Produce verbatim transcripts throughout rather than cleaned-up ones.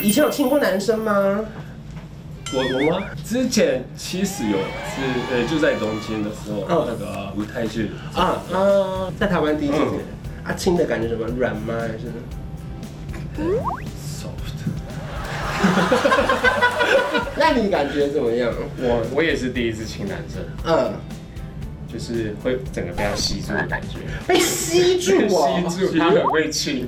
以前有亲过男生吗？ 我我吗？之前其实有是呃就在东京的时候，嗯、那个舞台剧啊啊，在台湾第一次见、嗯、啊，亲的感觉什么软吗还是？ 嗯 soft。 那你感觉怎么样？ 我我也是第一次亲男生，嗯，就是会整个被他吸住的感觉， 被吸住哦， 吸住，他很会亲。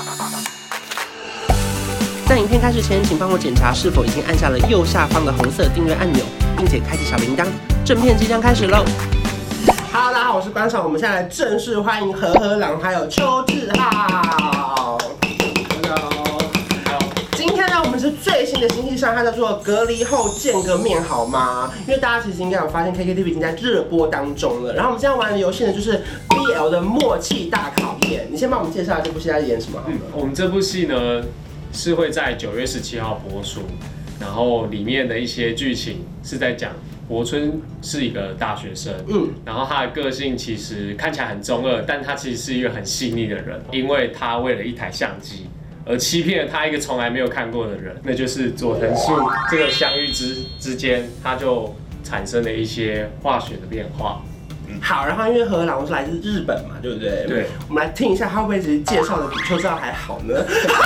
在影片开始前，请帮我检查是否已经按下了右下方的红色订阅按钮，并且开启小铃铛。正片即将开始喽 ！Hello， 大家好，我是关少，我们现在来正式欢迎和和朗还有邱志浩。Hello， 今天呢，我们是最新的星期三，它叫做隔离后见个面好吗？因为大家其实应该有发现 ，K K T V 已经在热播当中了。然后我们现在玩的游戏呢，就是 B L 的默契大考验。你先帮我们介绍这部戏在演什么好了、嗯？ 我们这部戏呢。是会在九月十七号播出，然后里面的一些剧情是在讲柏村是一个大学生，嗯，然后他的个性其实看起来很中二，但他其实是一个很细腻的人，因为他为了一台相机而欺骗了他一个从来没有看过的人，那就是佐藤树。这个相遇之之间，他就产生了一些化学的变化。 好，然后因为荷兰我是来自日本嘛，对不对？ 对， 我们来听一下他会不会其实介绍的比邱志浩还好呢？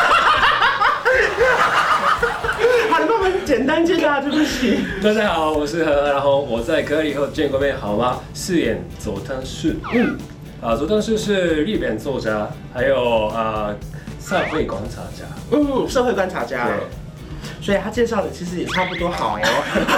好，你帮我们简单介绍下这部戏。 大家好，我是何何，然后我在隔离后见过面好吗？饰演佐藤树。嗯，啊，佐藤树是日本作家，还有啊社会观察家。 嗯，社会观察家。对。所以他介绍的其实也差不多好哦。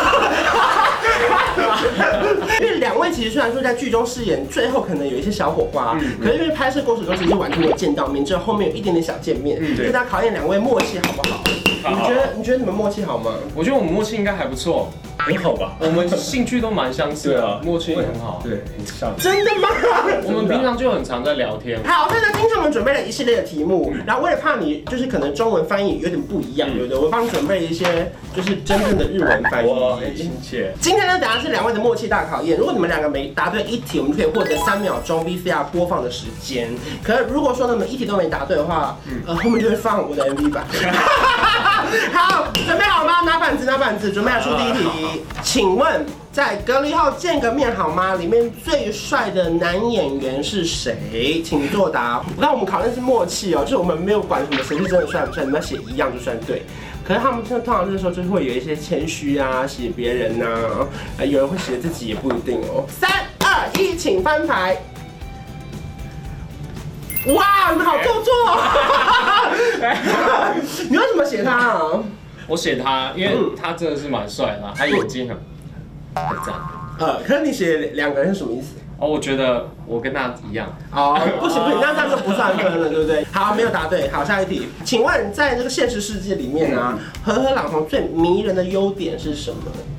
因为两位其实虽然说在剧中饰演，最后可能有一些小火花，嗯、可是因为拍摄过程中其实完全没有见到面，只有后面有一点点小见面，嗯、所以他考验两位默契好不好？你觉得你觉得你们默契好吗？ 我觉得我们默契应该还不错。 很好吧？ 我们兴趣都蛮相似的，默契很好。 对，很像。 真的吗？ 我们平常就很常在聊天。 好，那今天我们准备了一系列的题目，然后为了怕你就是可能中文翻译有点不一样，对不对？我帮你准备一些就是真正的日文翻译。 哇，很亲切。 今天呢，等下是两位的默契大考验。如果你们两个每答对一题，我们就可以获得三秒钟 V C R 播放的时间。可是如果说呢，你们一题都没答对的话，呃，后面就会放我的 M V 版。好，准备好吗？拿板子，拿板子，准备来出第一题。请问，在隔离后见个面好吗？里面最帅的男演员是谁？请作答。我看我们考验是默契哦，就是我们没有管什么谁是真的帅不帅，你们要写一样就算对。可是他们通常这时候就会有一些谦虚啊，写别人呐、啊，有人会写自己也不一定哦。三二一，请翻牌。哇，你们好做作、哦！你为什么写他啊？ 我写他，因为他真的是蛮帅的，他眼睛很很赞。 呃，可是你写两个人是什么意思？ 哦，我觉得我跟他一样。 哦，不行不行，那这样就不算分了，对不对？好，没有答对。好，下一题，请问在这个现实世界里面啊，和和朗同最迷人的优点是什么？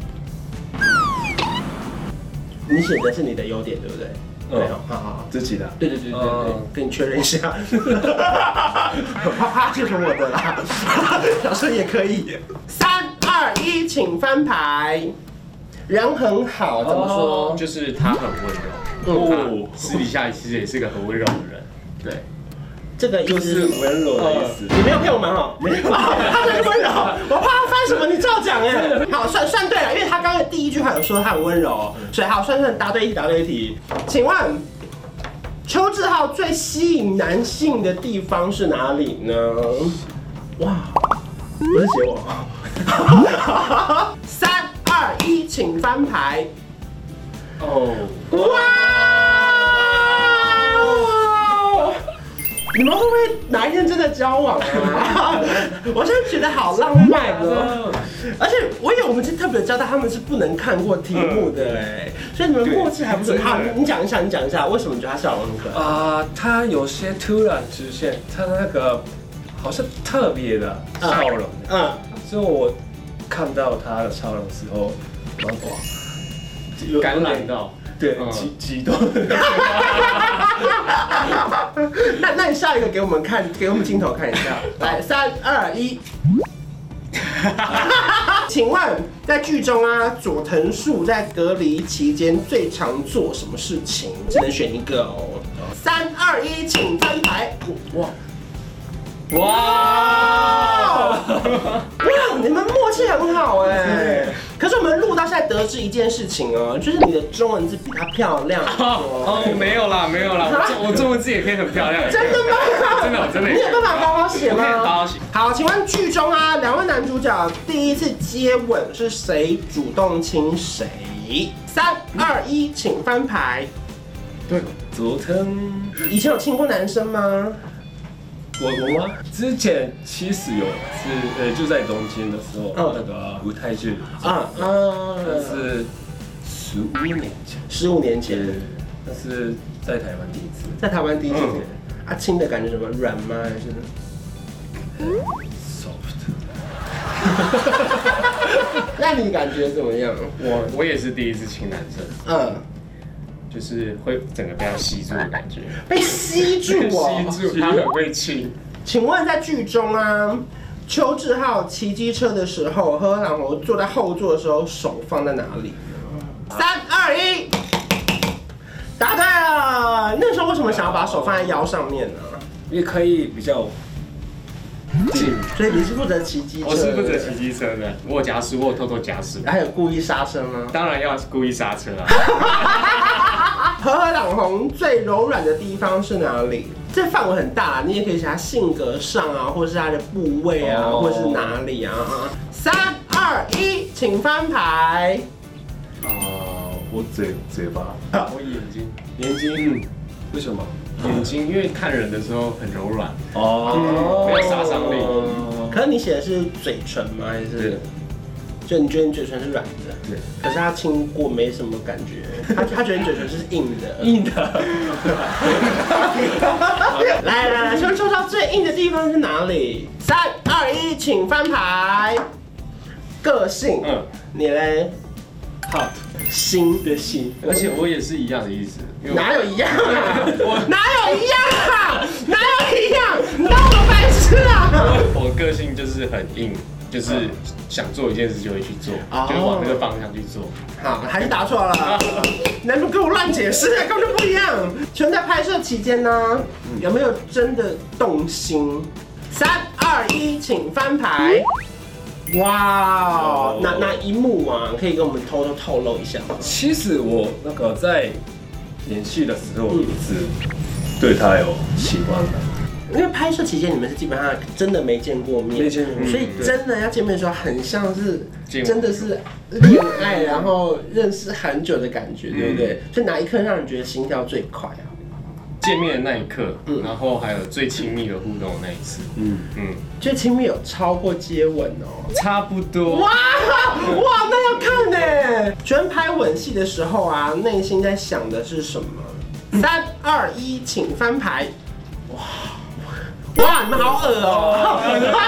你写的是你的优点，对不对？对，好好好， 自己的。 对对对对对，跟你确认一下。啪啪就是我的啦，小声也可以。三二一，请翻牌。人很好，怎么说？ 哦、就是他很温柔，嗯，私底下其实也是个很温柔的人。对， 这个就是温柔的意思。 你没有骗我们哦，没有，他很温柔，我怕他翻什么，你照讲哎。好，算算对了，因为他刚才第一句话有说他很温柔，所以好算算答对一题，答对一题。请问邱志浩最吸引男性的地方是哪里呢？哇，不是写我。三二一，请翻牌。哦，哇！你们会不会哪一天真的交往啊？我现在觉得好浪漫哦！而且我以为我们是特别交代他们是不能看过题目的哎，所以你们默契还不错。好，你讲一下，你讲一下，为什么你觉得他笑容很可爱？ 啊，他有些突然出现，他的那个好像特别的笑容。嗯，所以我看到他的笑容的时候，哇， 感染到。 对，激激动。 那那你下一个给我们看，给我们镜头看一下。来，三二一。请问在剧中啊，佐藤树在隔离期间最常做什么事情？只能选一个哦。三二一，请翻牌。哇！ 哇！哇，你们默契很好哎。可是我们录到现在得知一件事情哦，就是你的中文字比她漂亮。 哦，没有啦，没有啦，我中文字也可以很漂亮。 真的吗？ 真的，我真的。 你有办法好好写吗？ 好好写。 好，请问剧中啊，两位男主角第一次接吻是谁主动亲谁？三二一，请翻牌。 对，佐藤。 以前有亲过男生吗？ 我我吗？之前其实有是呃就在东京的时候，那个舞台剧啊啊，那是十五年前， 十五年前， 那是在台湾第一次， 在台湾第一次，啊亲的感觉什么软吗还是 soft？ 那你感觉怎么样？ 我我也是第一次亲男生，嗯。就是会整个被他吸住的感觉， 被吸住哦， 吸住，他很会亲。 请问在剧中啊，邱志浩骑机车的时候，和然后坐在后座的时候，手放在哪里？三二一，答对了。那时候为什么想要把手放在腰上面呢？ 因为可以比较近。 所以你是负责骑机车？ 我是负责骑机车的，我有驾驶，我有偷偷驾驶。 还有故意刹车吗？ 当然要故意刹车啊。 和和朗红最柔软的地方是哪里？这范围很大，你也可以写他性格上啊，或是他的部位啊，或是哪里啊。三二一，请翻牌。 啊、呃，我嘴嘴巴， 我眼睛， 眼睛，嗯，为什么？ 眼睛，因为看人的时候很柔软哦，没有杀伤力。 可是你写的是嘴唇吗？还是？就你觉得你嘴唇是软的，对，可是他亲过没什么感觉，他他觉得你嘴唇是硬的， 硬的。 来来来，请问抽到最硬的地方是哪里？三二一，请翻牌。个性，嗯，你嘞 ？Heart， 心的心， 而且我也是一样的意思。 哪有一样啊？哪有一样啊？哪有一样？你当我白痴啊？ 我个性就是很硬。就是想做一件事就会去做，就往那个方向去做。 好，还是答错了。难不跟我乱解释，根本就不一样。请问在拍摄期间呢，有没有真的动心？三二一，请翻牌。哇，哪哪一幕啊？可以跟我们偷偷透露一下吗？ 其实我那个在演戏的时候，一直对他有喜欢的。 因为拍摄期间你们是基本上真的没见过面， 没见过面， 所以真的要见面的时候，很像是真的是恋爱，然后认识很久的感觉，对不对？所以哪一刻让你觉得心跳最快啊？ 见面的那一刻，然后还有最亲密的互动的那一次，嗯嗯，最亲密有超过接吻哦， 差不多。 哇哇，那要看呢。觉得拍吻戏的时候啊，内心在想的是什么？三二一，请翻牌。哇。哇，你们好恶哦！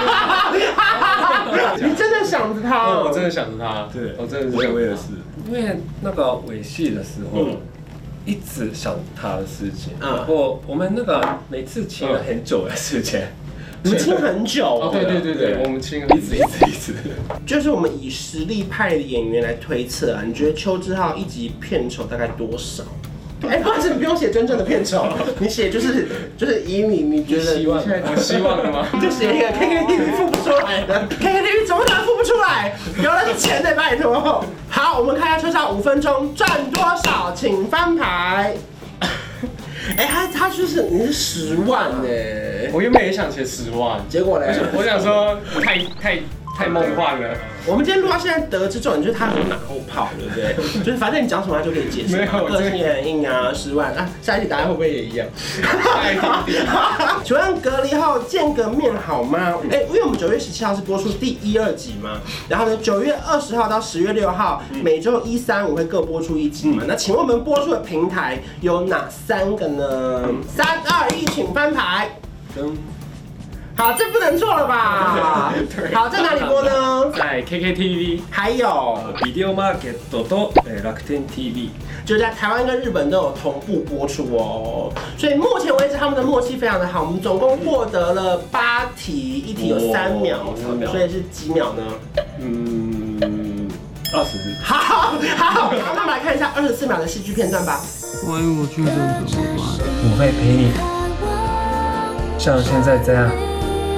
你真的想着他？ 我真的想着他。 对， 我真的是我也是，因为那个尾戏的时候，一直想他的事情。然后我们那个每次亲了很久的时间， 你们亲很久？ 哦，对对对对，我们亲一直一直一直。就是我们以实力派的演员来推测啊，你觉得邱志浩一集片酬大概多少？哎，不好意思，你不用写真正的片酬，你写就是就是以你你觉得希望我希望的吗？ 就写一个 K K T V 付不出来的 K K T V 怎么可能付不出来？有的是钱的，拜托。好，我们看一下邱少五分钟赚多少，请翻牌。哎，他他就是你是十万呢， 我原本也想写十万， 结果呢？ 我想说太太。太梦幻了。 我们今天录到现在得知重点就是他很马后炮，对不对？就是反正你讲什么他就可以解释。 没有， 个性也很硬啊，十万啊，下一题答案会不会也一样？请问隔离后见个面好吗？哎，因为我们九月十七号是播出第一、二集嘛，然后呢，九月二十号到十月六号，每周一、三、五会各播出一集嘛。那请问我们播出的平台有哪三个呢？三、二、一，请翻牌。好，这不能错了吧？好，在哪里播呢？ 在 K K T V， 还有 Video Market と楽天 T V， 就在台湾跟日本都有同步播出哦。所以目前为止他们的默契非常的好，我们总共获得了八题，一题有三秒，所以是几秒呢？ 嗯，二十。 好，好，好，那我们来看一下二十四秒的戏剧片段吧。 万一我确诊怎么办？ 我会陪你，像现在这样。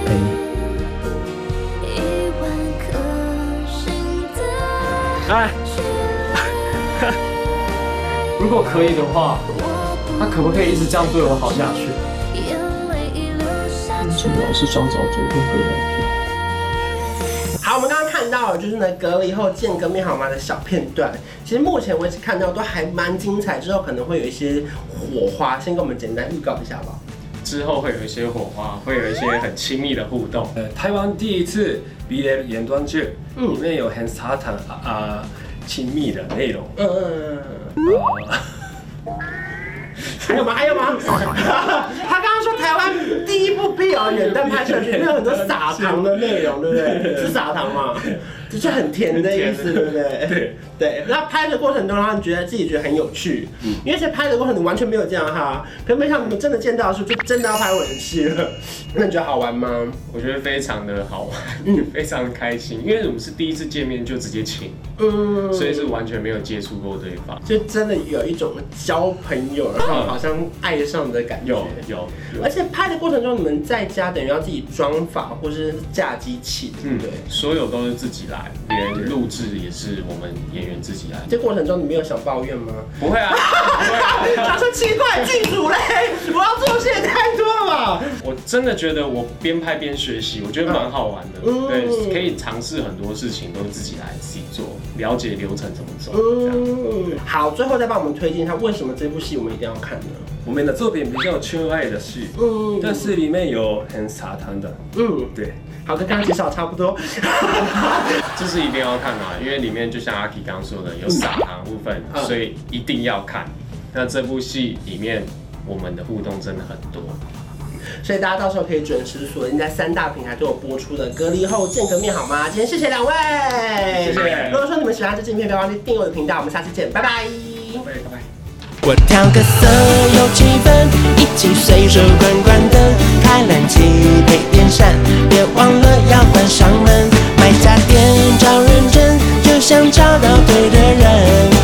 陪你。哎，如果可以的话，他可不可以一直这样对我好下去？老是想找这个回来。 好，我们刚刚看到就是呢，隔离后见个面好吗的小片段，其实目前为止看到都还蛮精彩，之后可能会有一些火花，先跟我们简单预告一下吧。 之后会有一些火花，会有一些很亲密的互动。 呃，台湾第一次 B L 演短剧，嗯，里面有很沙滩啊亲密的内容。嗯嗯嗯。呃还有吗？还有吗？他刚刚说台湾第一部 B L 远端拍摄里面有很多撒糖的内容，对不对？是撒糖吗？就是很甜的意思，对不对？ 对对。那拍的过程中，他们觉得自己觉得很有趣，因为在拍的过程你完全没有这样哈，可是没想到你们真的见到的时候，就真的要拍吻戏了。那你觉得好玩吗？ 我觉得非常的好玩，嗯，非常的开心，因为我们是第一次见面就直接亲，嗯，所以是完全没有接触过对方， 就真的有一种交朋友，然后好像爱上的感觉。 有有， 而且拍的过程中，你们在家等于要自己装法或是架机器，对不对？ 所有都是自己来，连录制也是我们演员自己来。 这过程中你没有想抱怨吗？ 不会啊，不会啊。 他说奇怪，剧组嘞，我要做的事也太多了吧？ 我真的觉得我边拍边学习，我觉得蛮好玩的。嗯、对，可以尝试很多事情，都自己来自己做，了解流程怎么走。嗯， 好，最后再帮我们推荐一下，为什么这部戏我们一定要看呢？ 我们的作品比较纯爱的戏，嗯，但是里面有很沙滩的，嗯，对。 好，跟刚刚介绍差不多。 这是一定要看啊，因为里面就像阿 K 刚刚说的，有撒糖部分，嗯、所以一定要看。那这部戏里面，我们的互动真的很多， 所以大家到时候可以准时锁定在三大平台都有播出的《隔离后见个面》好吗？今天谢谢两位， 谢谢。 如果说你们喜欢这支影片，不要忘记订阅我的频道，我们下次见，拜拜， 拜拜拜。 我调个色有气氛，一起随手关关灯，开冷气配电扇，别忘了要关上门。买家电找认真，就像找到对的人。